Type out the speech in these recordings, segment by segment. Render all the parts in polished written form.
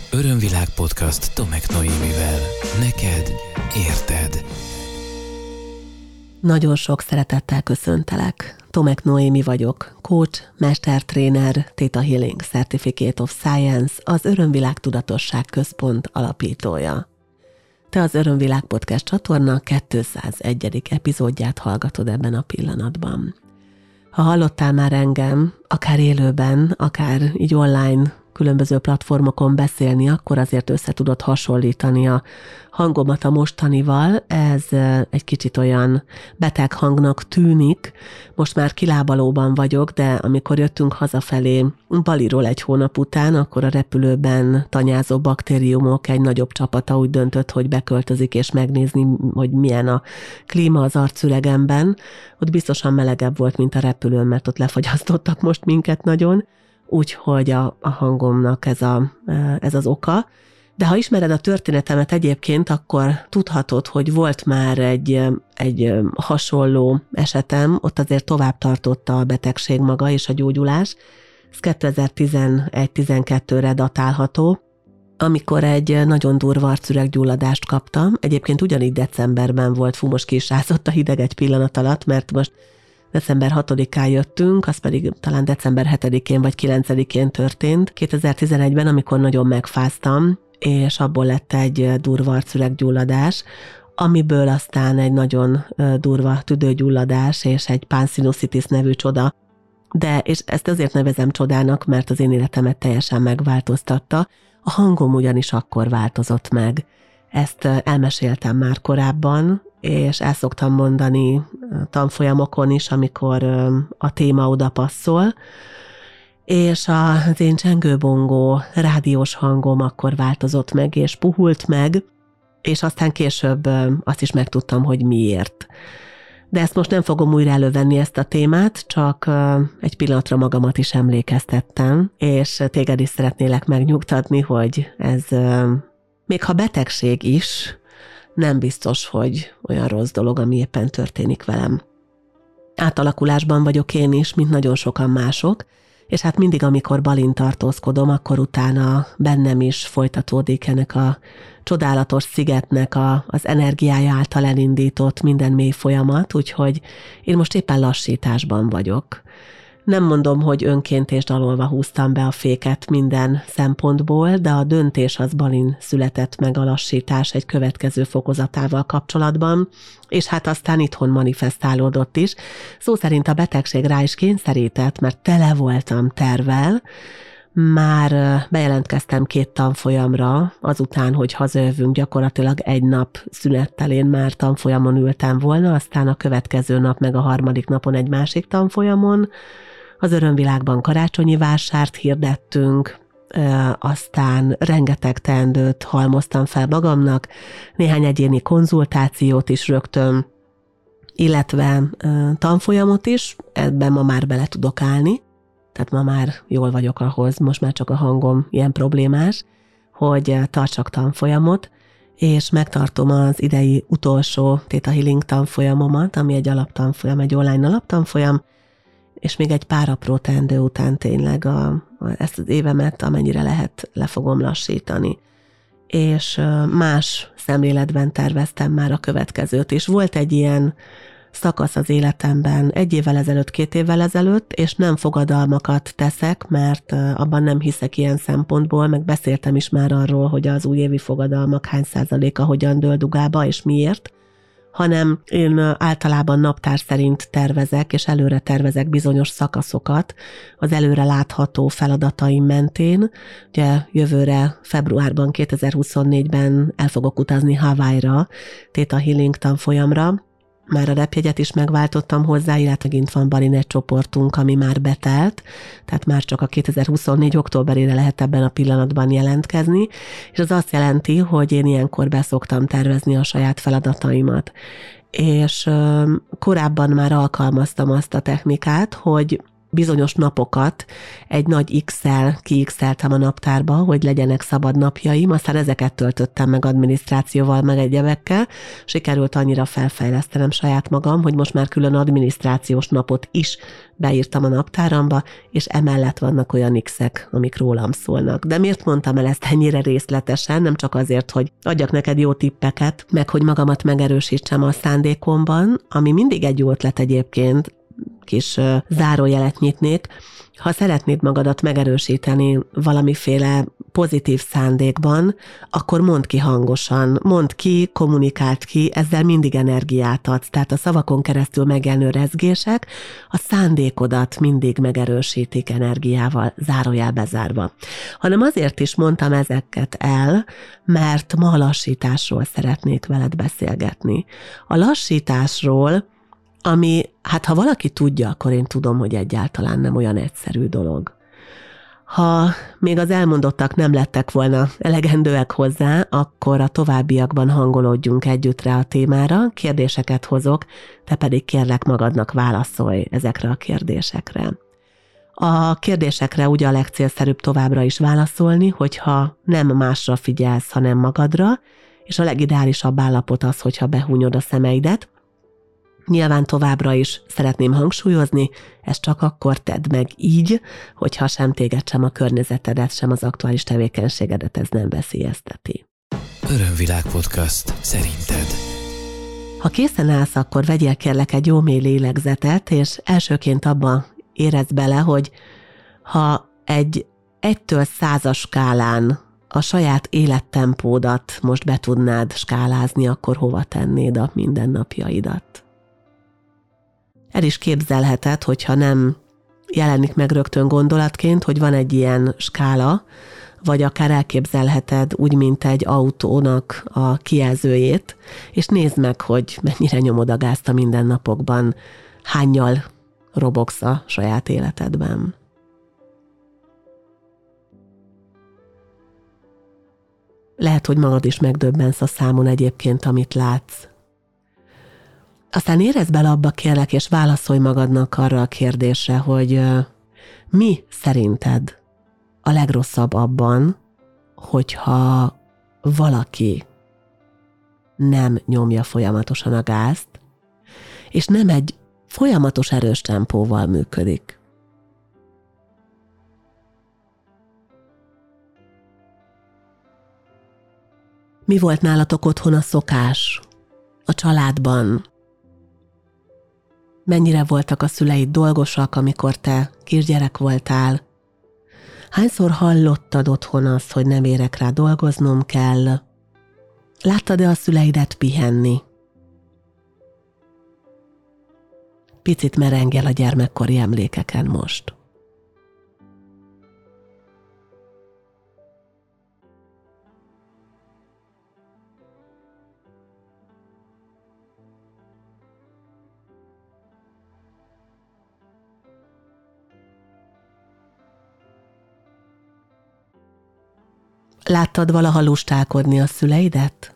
Örömvilág podcast Tomek Noémivel. Neked érted. Nagyon sok szeretettel köszöntelek. Tomek Noémi vagyok, coach, mestertréner, Theta Healing Certificate of Science, az Örömvilág Tudatosság Központ alapítója. Te az Örömvilág podcast csatorna 201. epizódját hallgatod ebben a pillanatban. Ha hallottál már engem, akár élőben, akár így online különböző platformokon beszélni, akkor azért össze tudod hasonlítani a hangomat a mostanival. Ez egy kicsit olyan beteg hangnak tűnik. Most már kilábalóban vagyok, de amikor jöttünk hazafelé Baliról egy hónap után, akkor a repülőben tanyázó baktériumok egy nagyobb csapata úgy döntött, hogy beköltözik és megnézni, hogy milyen a klíma az arcüregemben. Ott biztosan melegebb volt, mint a repülőn, mert ott lefagyasztottak most minket nagyon. Úgyhogy a hangomnak ez az oka. De ha ismered a történetemet egyébként, akkor tudhatod, hogy volt már egy hasonló esetem, ott azért tovább tartotta a betegség maga és a gyógyulás. Ez 2011-12-re datálható, amikor egy nagyon durva arcüreg-gyulladást kaptam. Egyébként ugyanígy decemberben volt, most ki is rázott a hideg egy pillanat alatt, mert most december 6-án jöttünk, az pedig talán december 7-én vagy 9-én történt. 2011-ben, amikor nagyon megfáztam, és abból lett egy durva arcüreg-gyulladás, amiből aztán egy nagyon durva tüdőgyulladás és egy pansinusitis nevű csoda. És ezt azért nevezem csodának, mert az én életemet teljesen megváltoztatta. A hangom ugyanis akkor változott meg. Ezt elmeséltem már korábban, és el szoktam mondani tanfolyamokon is, amikor a téma oda passzol, és az én csengőbongó rádiós hangom akkor változott meg, és puhult meg, és aztán később azt is megtudtam, hogy miért. De ezt most nem fogom újra elővenni ezt a témát, csak egy pillanatra magamat is emlékeztettem, és téged is szeretnélek megnyugtatni, hogy ez még ha betegség is, nem biztos, hogy olyan rossz dolog, ami éppen történik velem. Átalakulásban vagyok én is, mint nagyon sokan mások, és hát mindig, amikor Balin tartózkodom, akkor utána bennem is folytatódik ennek a csodálatos szigetnek az energiája által elindított minden mély folyamat, úgyhogy én most éppen lassításban vagyok. Nem mondom, hogy önként és dalolva húztam be a féket minden szempontból, de a döntés az Balin született meg, a lassítás egy következő fokozatával kapcsolatban, és hát aztán itthon manifestálódott is. Szó szerint a betegség rá is kényszerített, mert tele voltam tervvel. Már bejelentkeztem 2 tanfolyamra, azután, hogy hazajövünk, gyakorlatilag egy nap szünettel én már tanfolyamon ültem volna, aztán a következő nap meg a harmadik napon egy másik tanfolyamon. Az Örömvilágban karácsonyi vásárt hirdettünk, aztán rengeteg teendőt halmoztam fel magamnak, néhány egyéni konzultációt is rögtön, illetve tanfolyamot is, ebben ma már bele tudok állni, tehát ma már jól vagyok ahhoz, most már csak a hangom ilyen problémás, hogy tartsak tanfolyamot, és megtartom az idei utolsó Theta Healing tanfolyamomat, ami egy alaptanfolyam, egy online alaptanfolyam, és még egy pár apró teendő után tényleg ezt az évemet, amennyire lehet, le fogom lassítani. És más szemléletben terveztem már a következőt is. Volt egy ilyen szakasz az életemben 1 évvel ezelőtt, 2 évvel ezelőtt, és nem fogadalmakat teszek, mert abban nem hiszek ilyen szempontból, meg beszéltem is már arról, hogy az újévi fogadalmak hány százaléka hogyan dől dugába, és miért, hanem én általában naptár szerint tervezek, és előre tervezek bizonyos szakaszokat az előre látható feladataim mentén. Ugye jövőre, februárban, 2024-ben el fogok utazni Hawaii-ra, Theta Healing tanfolyamra. Már a repjegyet is megváltottam hozzá, illetve megint van Balin egy csoportunk, ami már betelt, tehát már csak a 2024. októberére lehet ebben a pillanatban jelentkezni, és az azt jelenti, hogy én ilyenkor beszoktam tervezni a saját feladataimat. És korábban már alkalmaztam azt a technikát, hogy bizonyos napokat egy nagy X-szel kiixeltem a naptárba, hogy legyenek szabad napjaim, aztán ezeket töltöttem meg adminisztrációval, meg egyebekkel. Sikerült annyira felfejlesztenem saját magam, hogy most már külön adminisztrációs napot is beírtam a naptáramba, és emellett vannak olyan X-ek, amik rólam szólnak. De miért mondtam el ezt ennyire részletesen? Nem csak azért, hogy adjak neked jó tippeket, meg hogy magamat megerősítsem a szándékomban, ami mindig egy jó ötlet egyébként, kis zárójelet nyitnék. Ha szeretnéd magadat megerősíteni valamiféle pozitív szándékban, akkor mondd ki hangosan, mondd ki, kommunikáld ki, ezzel mindig energiát adsz. Tehát a szavakon keresztül megjelenő rezgések a szándékodat mindig megerősítik energiával, zárójel bezárva. Hanem azért is mondtam ezeket el, mert ma a lassításról szeretnék veled beszélgetni. A lassításról, ami, hát ha valaki tudja, akkor én tudom, hogy egyáltalán nem olyan egyszerű dolog. Ha még az elmondottak nem lettek volna elegendőek hozzá, akkor a továbbiakban hangolódjunk együttre a témára, kérdéseket hozok, te pedig kérlek magadnak válaszolj ezekre a kérdésekre. A kérdésekre ugye a legcélszerűbb továbbra is válaszolni, hogyha nem másra figyelsz, hanem magadra, és a legideálisabb állapot az, hogyha behúnyod a szemeidet. Nyilván továbbra is szeretném hangsúlyozni, ezt csak akkor tedd meg így, hogyha sem téged, sem a környezetedet, sem az aktuális tevékenységedet ez nem veszélyezteti. Örömvilág podcast szerinted. Ha készen állsz, akkor vegyél kérlek egy jó mély lélegzetet, és elsőként abba érezd bele, hogy ha egy 1-től 100-as skálán a saját élettempódat most be tudnád skálázni, akkor hova tennéd a mindennapjaidat? El is képzelheted, hogyha nem jelenik meg rögtön gondolatként, hogy van egy ilyen skála, vagy akár elképzelheted úgy, mint egy autónak a kijelzőjét, és nézd meg, hogy mennyire nyomod a gázt a mindennapokban, hánnyal robogsz a saját életedben. Lehet, hogy magad is megdöbbensz a számon egyébként, amit látsz. Aztán érezd bele abba, kérlek, és válaszolj magadnak arra a kérdésre, hogy mi szerinted a legrosszabb abban, hogyha valaki nem nyomja folyamatosan a gázt, és nem egy folyamatos erős tempóval működik. Mi volt nálatok otthon a szokás, a családban? Mennyire voltak a szüleid dolgosak, amikor te kisgyerek voltál? Hányszor hallottad otthon azt, hogy nem érek rá, dolgoznom kell? Láttad-e a szüleidet pihenni? Picit merengj el a gyermekkori emlékeken most. Láttad valaha lustálkodni a szüleidet?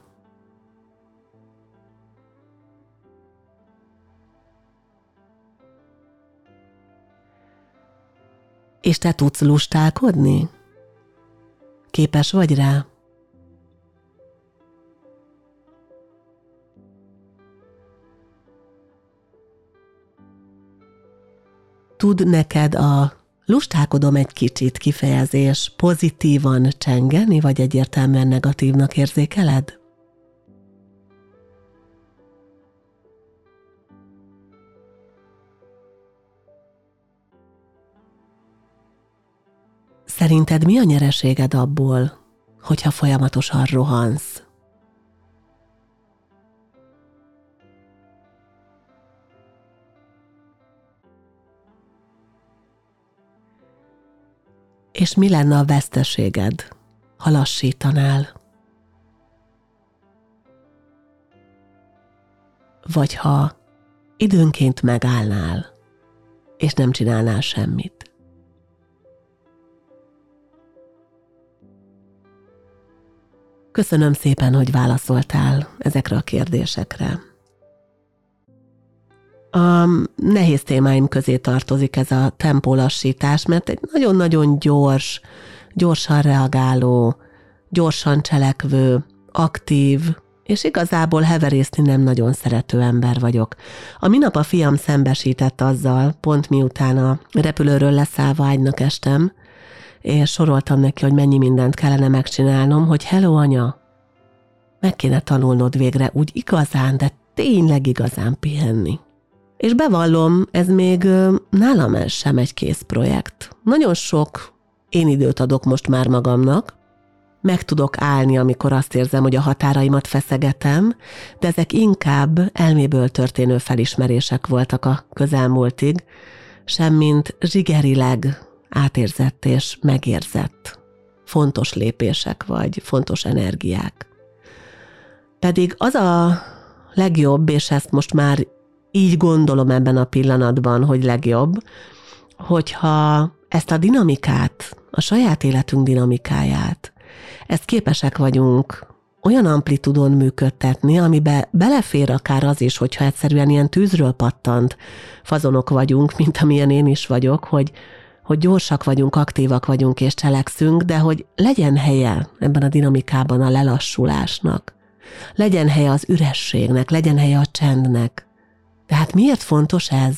És te tudsz lustálkodni? Képes vagy rá? Tud neked a lustálkodom egy kicsit kifejezés pozitívan csengeni, vagy egyértelműen negatívnak érzékeled? Szerinted mi a nyereséged abból, hogyha folyamatosan rohansz? És mi lenne a veszteséged, ha lassítanál? Vagy ha időnként megállnál, és nem csinálnál semmit? Köszönöm szépen, hogy válaszoltál ezekre a kérdésekre. A nehéz témáim közé tartozik ez a tempólassítás, mert egy nagyon-nagyon gyorsan reagáló, gyorsan cselekvő, aktív, és igazából heverészni nem nagyon szerető ember vagyok. A minap a fiam szembesített azzal, pont miután a repülőről leszállva ágynak estem, és soroltam neki, hogy mennyi mindent kellene megcsinálnom, hogy hello anya, meg kéne tanulnod végre úgy igazán, de tényleg igazán pihenni. És bevallom, ez még nálam ez sem egy kész projekt. Nagyon sok én időt adok most már magamnak, meg tudok állni, amikor azt érzem, hogy a határaimat feszegetem, de ezek inkább elméből történő felismerések voltak a közelmúltig, semmint zsigerileg átérzett és megérzett fontos lépések vagy fontos energiák. Pedig az a legjobb, és ezt most már így gondolom ebben a pillanatban, hogy legjobb, hogyha ezt a dinamikát, a saját életünk dinamikáját, ezt képesek vagyunk olyan amplitudon működtetni, amibe belefér akár az is, hogyha egyszerűen ilyen tűzről pattant fazonok vagyunk, mint amilyen én is vagyok, hogy gyorsak vagyunk, aktívak vagyunk és cselekszünk, de hogy legyen helye ebben a dinamikában a lelassulásnak, legyen helye az ürességnek, legyen helye a csendnek. Tehát miért fontos ez?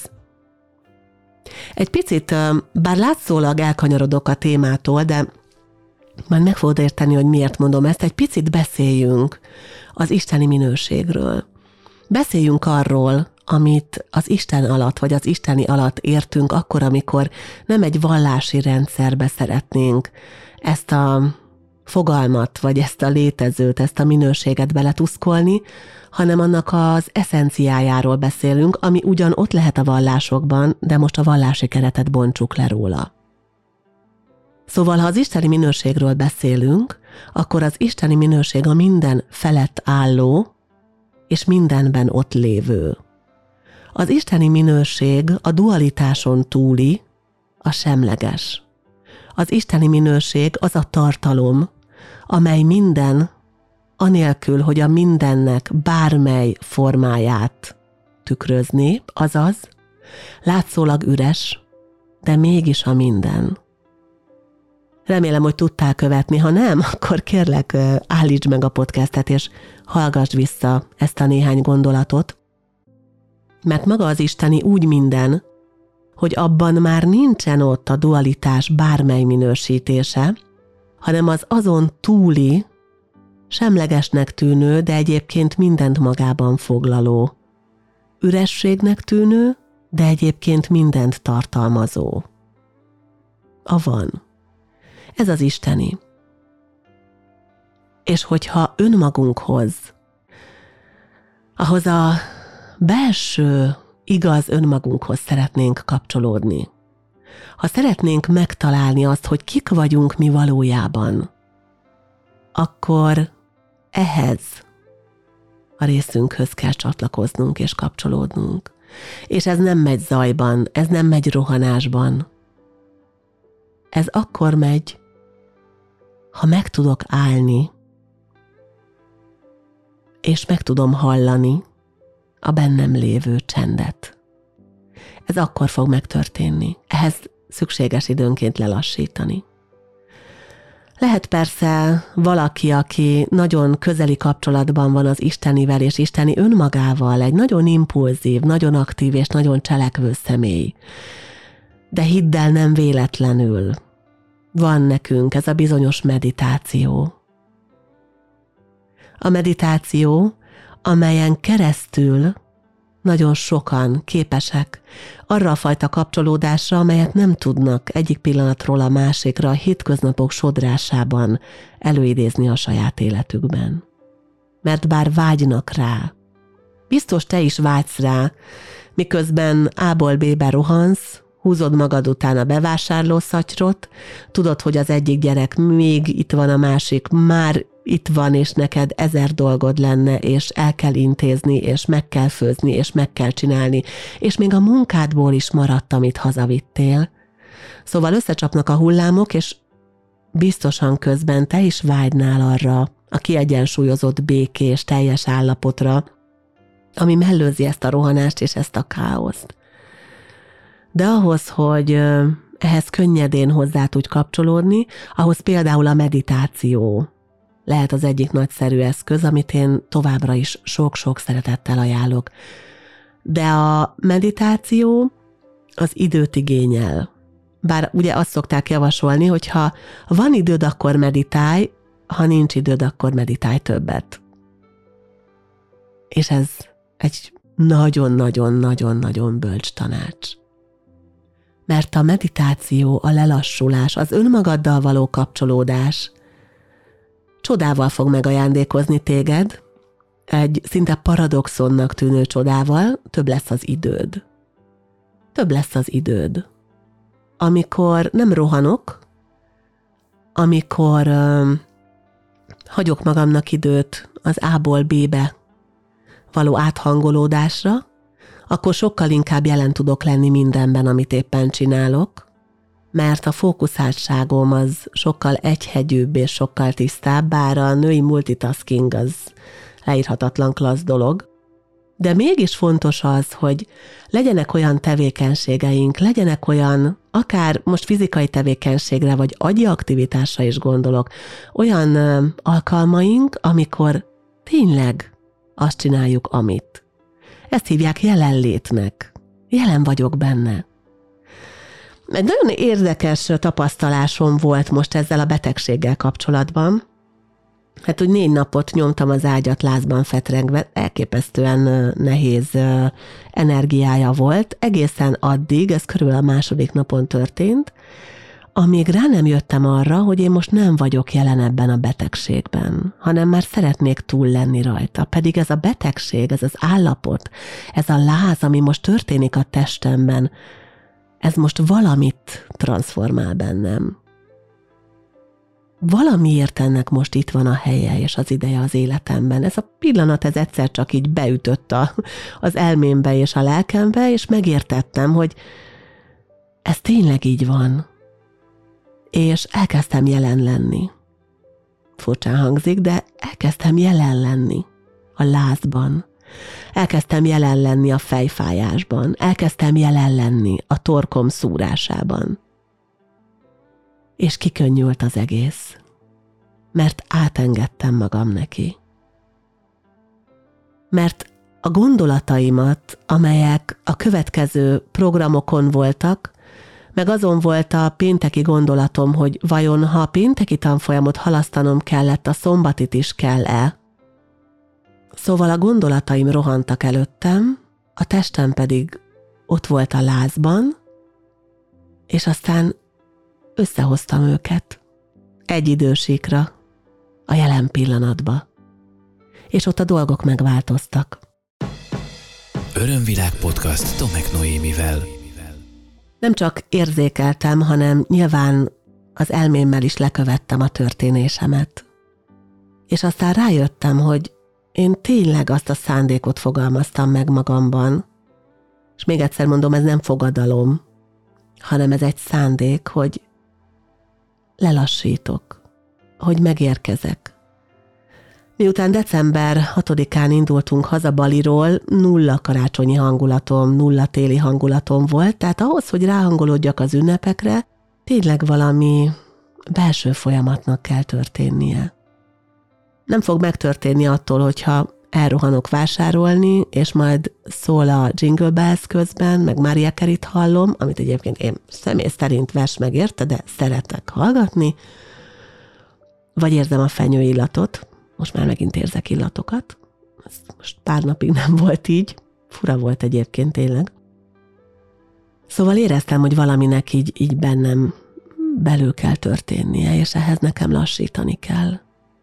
Egy picit, bár látszólag elkanyarodok a témától, de majd meg fogod érteni, hogy miért mondom ezt, egy picit beszéljünk az isteni minőségről. Beszéljünk arról, amit az Isten alatt, vagy az isteni alatt értünk akkor, amikor nem egy vallási rendszerbe szeretnénk ezt a fogalmat, vagy ezt a létezőt, ezt a minőséget beletuszkolni, hanem annak az eszenciájáról beszélünk, ami ugyan ott lehet a vallásokban, de most a vallási keretet bontsuk le róla. Szóval, ha az isteni minőségről beszélünk, akkor az isteni minőség a minden felett álló, és mindenben ott lévő. Az isteni minőség a dualitáson túli, a semleges. Az isteni minőség az a tartalom, amely minden, anélkül, hogy a mindennek bármely formáját tükrözni, azaz látszólag üres, de mégis a minden. Remélem, hogy tudtál követni, ha nem, akkor kérlek, állítsd meg a podcastet, és hallgass vissza ezt a néhány gondolatot, mert maga az isteni úgy minden, hogy abban már nincsen ott a dualitás bármely minősítése, hanem az azon túli, semlegesnek tűnő, de egyébként mindent magában foglaló, ürességnek tűnő, de egyébként mindent tartalmazó. A van. Ez az isteni. És hogyha önmagunkhoz, ahhoz a belső, igaz önmagunkhoz szeretnénk kapcsolódni, ha szeretnénk megtalálni azt, hogy kik vagyunk mi valójában, akkor ehhez a részünkhöz kell csatlakoznunk és kapcsolódnunk. És ez nem megy zajban, ez nem megy rohanásban. Ez akkor megy, ha meg tudok állni, és meg tudom hallani a bennem lévő csendet. Ez akkor fog megtörténni. Ehhez szükséges időnként lelassítani. Lehet persze valaki, aki nagyon közeli kapcsolatban van az istenivel és isteni önmagával, egy nagyon impulzív, nagyon aktív és nagyon cselekvő személy. De hidd el, nem véletlenül van nekünk ez a bizonyos meditáció. A meditáció, amelyen keresztül nagyon sokan képesek arra a fajta kapcsolódásra, amelyet nem tudnak egyik pillanatról a másikra a hétköznapok sodrásában előidézni a saját életükben. Mert bár vágynak rá, biztos te is vágysz rá, miközben A-ból B-be rohansz, húzod magad után a bevásárlószatyrot, tudod, hogy az egyik gyerek még itt van, a másik már itt van, és neked 1000 dolgod lenne, és el kell intézni, és meg kell főzni, és meg kell csinálni, és még a munkádból is maradt, amit hazavittél. Szóval összecsapnak a hullámok, és biztosan közben te is vágynál arra a kiegyensúlyozott békés, teljes állapotra, ami mellőzi ezt a rohanást és ezt a káoszt. De ahhoz, hogy ehhez könnyedén hozzá tudj kapcsolódni, ahhoz például a meditáció lehet az egyik nagyszerű eszköz, amit én továbbra is sok-sok szeretettel ajánlok. De a meditáció az időt igényel. Bár ugye azt szokták javasolni, hogy ha van időd, akkor meditálj, ha nincs időd, akkor meditálj többet. És ez egy nagyon-nagyon-nagyon-nagyon bölcs tanács. Mert a meditáció, a lelassulás, az önmagaddal való kapcsolódás csodával fog megajándékozni téged, egy szinte paradoxonnak tűnő csodával, több lesz az időd. Több lesz az időd. Amikor nem rohanok, amikor hagyok magamnak időt az A-ból B-be való áthangolódásra, akkor sokkal inkább jelen tudok lenni mindenben, amit éppen csinálok, mert a fókuszáltságom az sokkal egyhegyűbb és sokkal tisztább, bár a női multitasking az leírhatatlan klassz dolog, de mégis fontos az, hogy legyenek olyan tevékenységeink, legyenek olyan, akár most fizikai tevékenységre, vagy agyi aktivitásra is gondolok, olyan alkalmaink, amikor tényleg azt csináljuk, amit. Ezt hívják jelenlétnek. Jelen vagyok benne. Egy nagyon érdekes tapasztalásom volt most ezzel a betegséggel kapcsolatban. Hát úgy 4 napot nyomtam az ágyat lázban fetrengve, elképesztően nehéz energiája volt. Egészen addig, ez körülbelül a 2. napon történt, amíg rá nem jöttem arra, hogy én most nem vagyok jelen ebben a betegségben, hanem már szeretnék túl lenni rajta. Pedig ez a betegség, ez az állapot, ez a láz, ami most történik a testemben, ez most valamit transformál bennem. Valamiért ennek most itt van a helye és az ideje az életemben. Ez a pillanat, ez egyszer csak így beütött az elmémbe és a lelkembe, és megértettem, hogy ez tényleg így van. És elkezdtem jelen lenni. Furcsán hangzik, de elkezdtem jelen lenni a lázban. Elkezdtem jelen lenni a fejfájásban. Elkezdtem jelen lenni a torkom szúrásában. És kikönnyült az egész, mert átengedtem magam neki. Mert a gondolataimat, amelyek a következő programokon voltak, meg azon volt a pénteki gondolatom, hogy vajon ha a pénteki tanfolyamot halasztanom kellett, a szombatit is kell-e? Szóval a gondolataim rohantak előttem, a testem pedig ott volt a lázban, és aztán összehoztam őket egy idősíkra, a jelen pillanatba. És ott a dolgok megváltoztak. Örömvilág podcast Tomek Noémivel. Nem csak érzékeltem, hanem nyilván az elmémmel is lekövettem a történésemet. És aztán rájöttem, hogy én tényleg azt a szándékot fogalmaztam meg magamban, és még egyszer mondom, ez nem fogadalom, hanem ez egy szándék, hogy lelassítok, hogy megérkezek. Miután december 6-án indultunk haza Baliról, 0 karácsonyi hangulatom, 0 téli hangulatom volt, tehát ahhoz, hogy ráhangolódjak az ünnepekre, tényleg valami belső folyamatnak kell történnie. Nem fog megtörténni attól, hogyha elrohanok vásárolni, és majd szól a Jingle Bells közben, meg Mariah Carey-t hallom, amit egyébként én személy szerint vers meg érte, de szeretek hallgatni, vagy érzem a fenyőillatot, most már megint érzek illatokat, ez most pár napig nem volt így, fura volt egyébként tényleg. Szóval éreztem, hogy valaminek így bennem belül kell történnie, és ehhez nekem lassítani kell.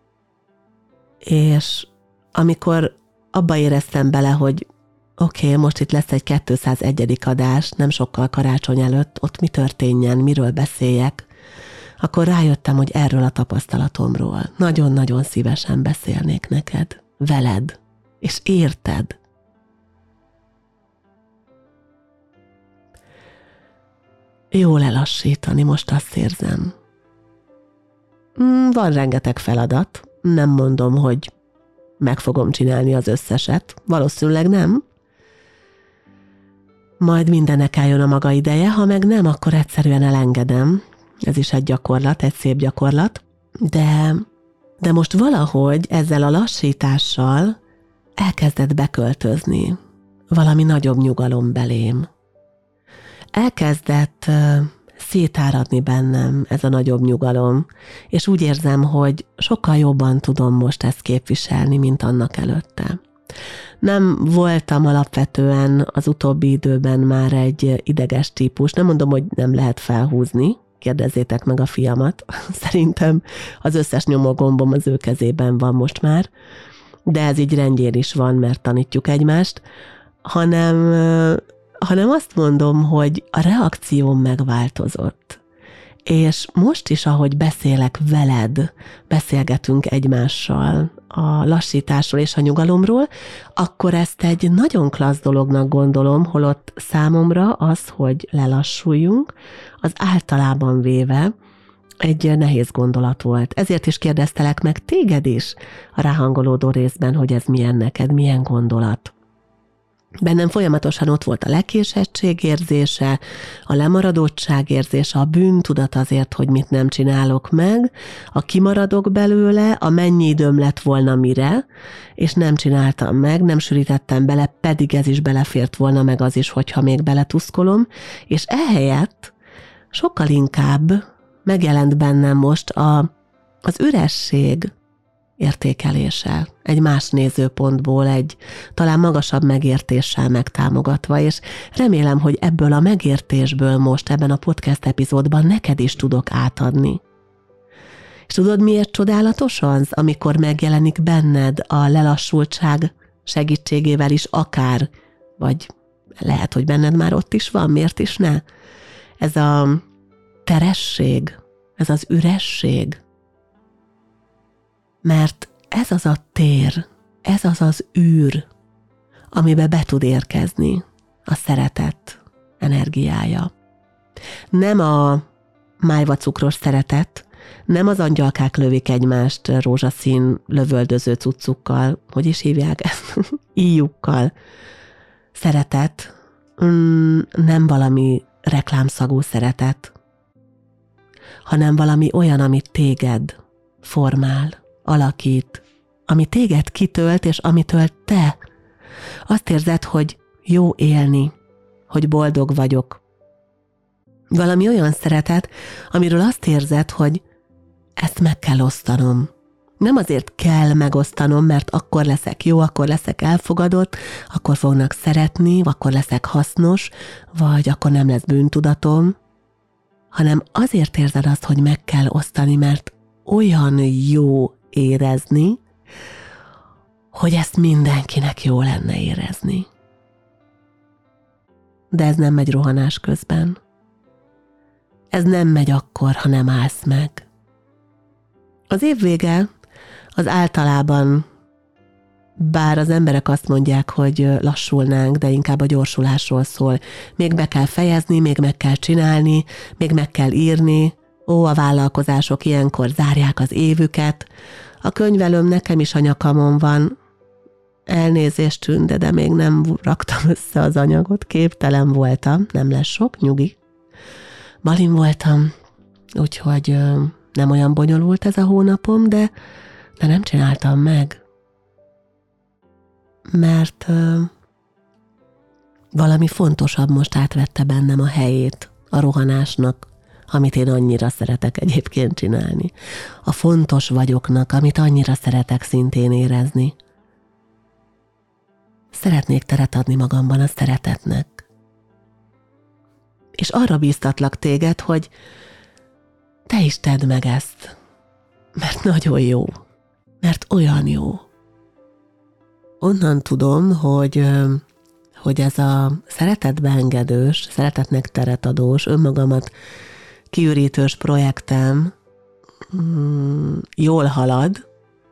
És amikor abba éreztem bele, hogy oké, most itt lesz egy 201. adás, nem sokkal karácsony előtt, ott mi történjen, miről beszéljek, akkor rájöttem, hogy erről a tapasztalatomról nagyon-nagyon szívesen beszélnék neked, veled, és érted. Jó lelassítani, most azt érzem. Van rengeteg feladat, nem mondom, hogy meg fogom csinálni az összeset. Valószínűleg nem. Majd mindennek eljön a maga ideje, ha meg nem, akkor egyszerűen elengedem. Ez is egy gyakorlat, egy szép gyakorlat. De most valahogy ezzel a lassítással elkezdett beköltözni valami nagyobb nyugalom belém. Elkezdett szétáradni bennem ez a nagyobb nyugalom, és úgy érzem, hogy sokkal jobban tudom most ezt képviselni, mint annak előtte. Nem voltam alapvetően az utóbbi időben már egy ideges típus, nem mondom, hogy nem lehet felhúzni, kérdezzétek meg a fiamat, szerintem az összes nyomógombom az ő kezében van most már, de ez így rendjén is van, mert tanítjuk egymást, hanem azt mondom, hogy a reakcióm megváltozott. És most is, ahogy beszélek veled, beszélgetünk egymással a lassításról és a nyugalomról, akkor ezt egy nagyon klassz dolognak gondolom, holott számomra az, hogy lelassuljunk, az általában véve egy nehéz gondolat volt. Ezért is kérdeztelek meg téged is a ráhangolódó részben, hogy ez milyen neked, milyen gondolat. Bennem folyamatosan ott volt a lekésettség érzése, a lemaradottság érzése, a bűntudat azért, hogy mit nem csinálok meg, a kimaradok belőle, a mennyi időm lett volna mire, és nem csináltam meg, nem sűrítettem bele, pedig ez is belefért volna, meg az is, hogyha még beletuszkolom, és ehelyett sokkal inkább megjelent bennem most az üresség értékelése, egy más nézőpontból, egy talán magasabb megértéssel megtámogatva, és remélem, hogy ebből a megértésből most ebben a podcast epizódban neked is tudok átadni. És tudod, miért csodálatos az, amikor megjelenik benned a lelassultság segítségével is akár, vagy lehet, hogy benned már ott is van, miért is ne? Ez a teresség, ez az üresség, mert ez az a tér, ez az az űr, amibe be tud érkezni a szeretet energiája. Nem a májvacukros szeretet, nem az angyalkák lövik egymást rózsaszín lövöldöző cuccukkal, hogy is hívják ezt, íjukkal. Szeretet, nem valami reklámszagú szeretet, hanem valami olyan, amit téged formál, alakít, ami téged kitölt, és amitől te azt érzed, hogy jó élni, hogy boldog vagyok. Valami olyan szeretet, amiről azt érzed, hogy ezt meg kell osztanom. Nem azért kell megosztanom, mert akkor leszek jó, akkor leszek elfogadott, akkor fognak szeretni, akkor leszek hasznos, vagy akkor nem lesz bűntudatom, hanem azért érzed azt, hogy meg kell osztani, mert olyan jó érezni, hogy ezt mindenkinek jó lenne érezni. De ez nem megy rohanás közben. Ez nem megy akkor, ha nem állsz meg. Az év vége az általában, bár az emberek azt mondják, hogy lassulnánk, de inkább a gyorsulásról szól. Még be kell fejezni, még meg kell csinálni, még meg kell írni. A vállalkozások ilyenkor zárják az évüket. A könyvelőm nekem is a nyakamon van. Elnézést Tünde, de még nem raktam össze az anyagot, képtelen voltam, nem lesz sok, nyugi. Balin voltam, úgyhogy nem olyan bonyolult ez a hónapom, de nem csináltam meg. Mert valami fontosabb most átvette bennem a helyét a rohanásnak, amit én annyira szeretek egyébként csinálni. A fontos vagyoknak, amit annyira szeretek szintén érezni. Szeretnék teret adni magamban a szeretetnek. És arra bíztatlak téged, hogy te is tedd meg ezt, mert nagyon jó, mert olyan jó. Onnan tudom, hogy ez a szeretetbe engedős, szeretetnek teret adós, önmagamat kiürítős projektem jól halad,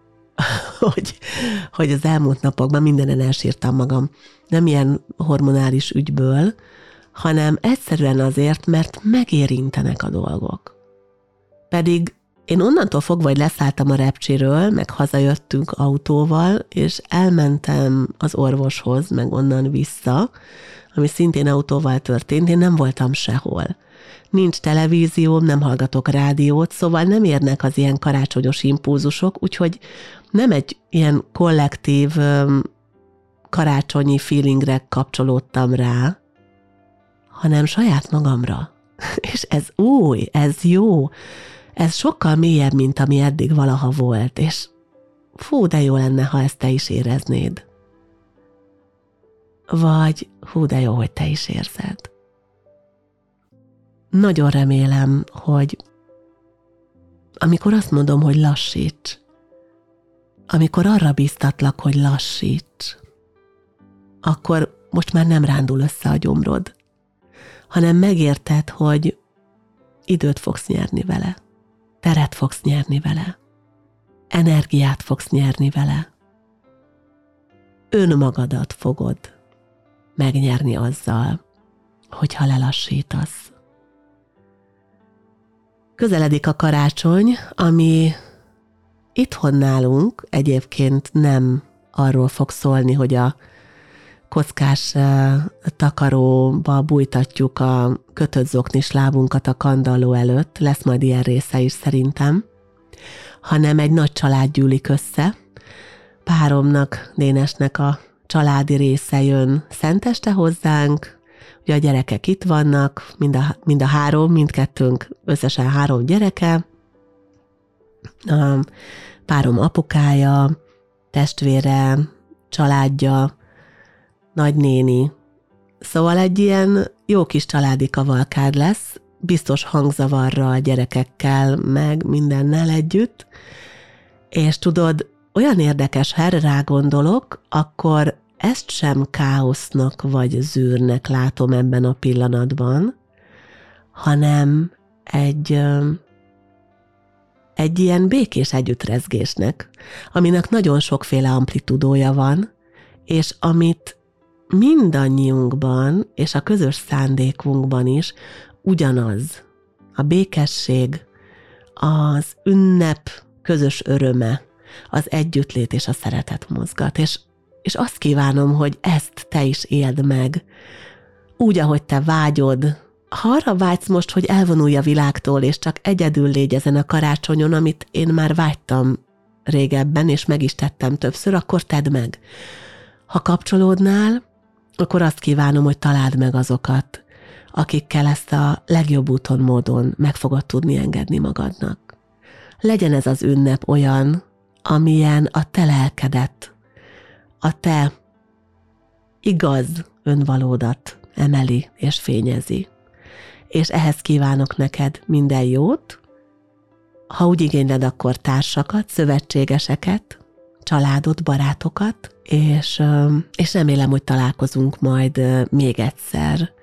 hogy az elmúlt napokban mindenen elsírtam magam. Nem ilyen hormonális ügyből, hanem egyszerűen azért, mert megérintenek a dolgok. Pedig Én onnantól fogva, hogy leszálltam a repcsiről, meg hazajöttünk autóval, és elmentem az orvoshoz, meg onnan vissza, ami szintén autóval történt, én nem voltam sehol. Nincs televízióm, nem hallgatok rádiót, szóval nem érnek az ilyen karácsonyos impulzusok, úgyhogy nem egy ilyen kollektív karácsonyi feelingre kapcsolódtam rá, hanem saját magamra. És ez új, ez jó, ez sokkal mélyebb, mint ami eddig valaha volt, és fú, de jó lenne, ha ezt te is éreznéd. Vagy hú, de jó, hogy te is érzed. Nagyon remélem, hogy amikor azt mondom, hogy lassíts, amikor arra bíztatlak, hogy lassíts, akkor most már nem rándul össze a gyomrod, hanem megérted, hogy időt fogsz nyerni vele, teret fogsz nyerni vele, energiát fogsz nyerni vele, önmagadat fogod megnyerni azzal, hogyha lelassítasz. Közeledik a karácsony, ami itthon nálunk egyébként nem arról fog szólni, hogy a kockás takaróba bújtatjuk a kötött zoknis lábunkat a kandalló előtt, lesz majd ilyen része is szerintem, hanem egy nagy család gyűlik össze. Páromnak, Dénesnek a családi része jön szenteste hozzánk, ugye a gyerekek itt vannak, mind a három, mindkettőnk összesen 3 gyereke, a párom apukája, testvére, családja, nagynéni. Szóval egy ilyen jó kis családi kavalkád lesz, biztos hangzavarral, gyerekekkel, meg mindennel együtt, és tudod, olyan érdekes, ha erre rágondolok, akkor ezt sem káosznak vagy zűrnek látom ebben a pillanatban, hanem egy ilyen békés együttrezgésnek, aminek nagyon sokféle amplitudója van, és amit mindannyiunkban és a közös szándékunkban is ugyanaz, a békesség, az ünnep közös öröme, az együttlét és a szeretet mozgat, és azt kívánom, hogy ezt te is éld meg, úgy, ahogy te vágyod. Ha arra vágysz most, hogy elvonulj a világtól, és csak egyedül légy ezen a karácsonyon, amit én már vágytam régebben, és meg is tettem többször, akkor tedd meg. Ha kapcsolódnál, akkor azt kívánom, hogy találd meg azokat, akikkel ezt a legjobb úton, módon meg fogod tudni engedni magadnak. Legyen ez az ünnep olyan, amilyen a te lelkedet, a te igaz önvalódat emeli és fényezi. És ehhez kívánok neked minden jót, ha úgy igényled, akkor társakat, szövetségeseket, családot, barátokat, és remélem, hogy találkozunk majd még egyszer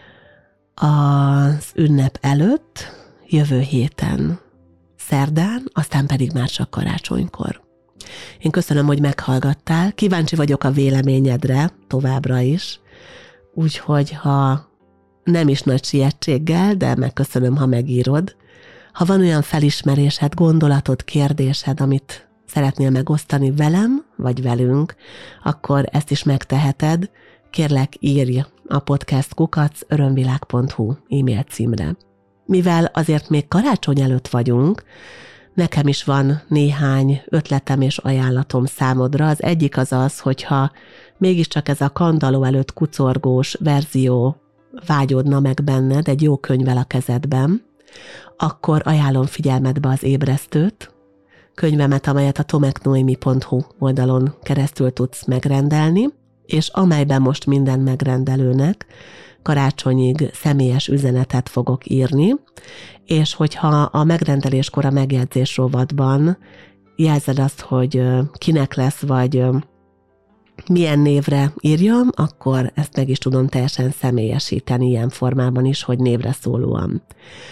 az ünnep előtt, jövő héten, szerdán, aztán pedig már csak karácsonykor. Én köszönöm, hogy meghallgattál, kíváncsi vagyok a véleményedre továbbra is, úgyhogy ha nem is nagy sietséggel, de megköszönöm, ha megírod. Ha van olyan felismerésed, gondolatod, kérdésed, amit szeretnél megosztani velem, vagy velünk, akkor ezt is megteheted. Kérlek, írj a podcast@örömvilág.hu e-mail címre. Mivel azért még karácsony előtt vagyunk, nekem is van néhány ötletem és ajánlatom számodra. Az egyik az, hogyha mégiscsak ez a kandalló előtt kucorgós verzió vágyódna meg benned egy jó könyvvel a kezedben, akkor ajánlom figyelmetbe az Ébresztőt, könyvemet, amelyet a tomeknoemi.hu oldalon keresztül tudsz megrendelni, és amelyben most minden megrendelőnek karácsonyig személyes üzenetet fogok írni, és hogyha a megrendeléskor a megjegyzés rovatban jelzed azt, hogy kinek lesz, vagy milyen névre írjam, akkor ezt meg is tudom teljesen személyesíteni ilyen formában is, hogy névre szólóan.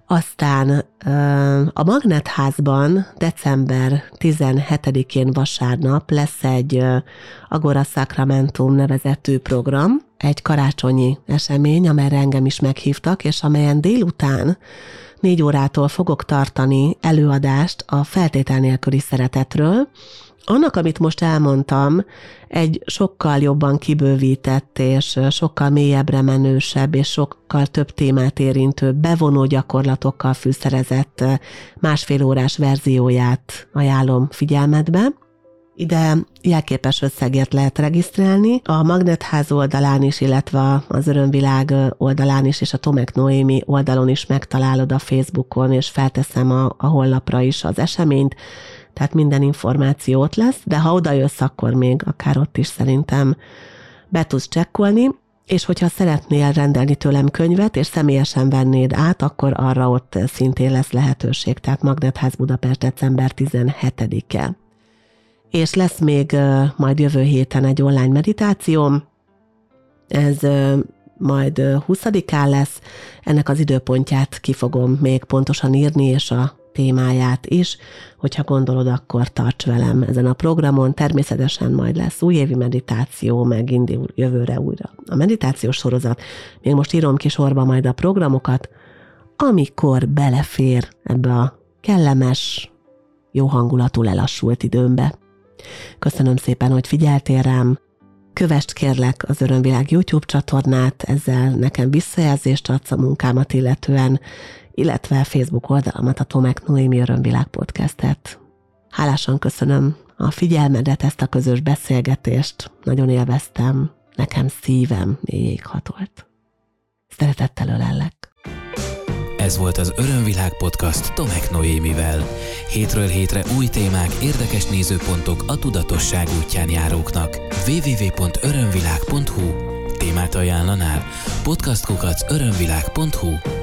Aztán a Magnetházban december 17-én vasárnap lesz egy Agora Sacramentum nevezetű program, egy karácsonyi esemény, amelyre engem is meghívtak, és amelyen délután 4 órától fogok tartani előadást a feltétel nélküli szeretetről. Annak, amit most elmondtam, egy sokkal jobban kibővített és sokkal mélyebbre menősebb és sokkal több témát érintő, bevonó gyakorlatokkal fűszerezett 1,5 órás verzióját ajánlom figyelmetbe. Ide jelképes összegért lehet regisztrálni. A Magnetház oldalán is, illetve az Örömvilág oldalán is, és a Tomek Noémi oldalon is megtalálod a Facebookon, és felteszem a honlapra is az eseményt, tehát minden információ ott lesz, de ha oda jössz, akkor még akár ott is szerintem be tudsz csekkolni, és hogyha szeretnél rendelni tőlem könyvet, és személyesen vennéd át, akkor arra ott szintén lesz lehetőség, tehát Magnetház Budapest december 17-e. És lesz még majd jövő héten egy online meditációm, ez majd 20-án lesz, ennek az időpontját ki fogom még pontosan írni, és a témáját is, hogyha gondolod, akkor tarts velem ezen a programon. Természetesen majd lesz újévi meditáció, meg indul jövőre újra a meditációs sorozat. Még most írom ki sorba majd a programokat, amikor belefér ebbe a kellemes, jó hangulatú, lelassult időmbe. Köszönöm szépen, hogy figyeltél rám. Kövesd kérlek az Örömvilág YouTube csatornát, ezzel nekem visszajelzést adsz a munkámat illetően, illetve Facebook oldalamat, a Tomek Noémi Örömvilág podcastet. Hálásan köszönöm a figyelmedet, ezt a közös beszélgetést. Nagyon élveztem, nekem szívem mélyig hatolt. Szeretettel ölellek. Ez volt az Örömvilág podcast Tomek Noémivel. Hétről hétre új témák, érdekes nézőpontok a tudatosság útján járóknak. www.örömvilág.hu. Témát ajánlanál? podcastkukac.örömvilág.hu.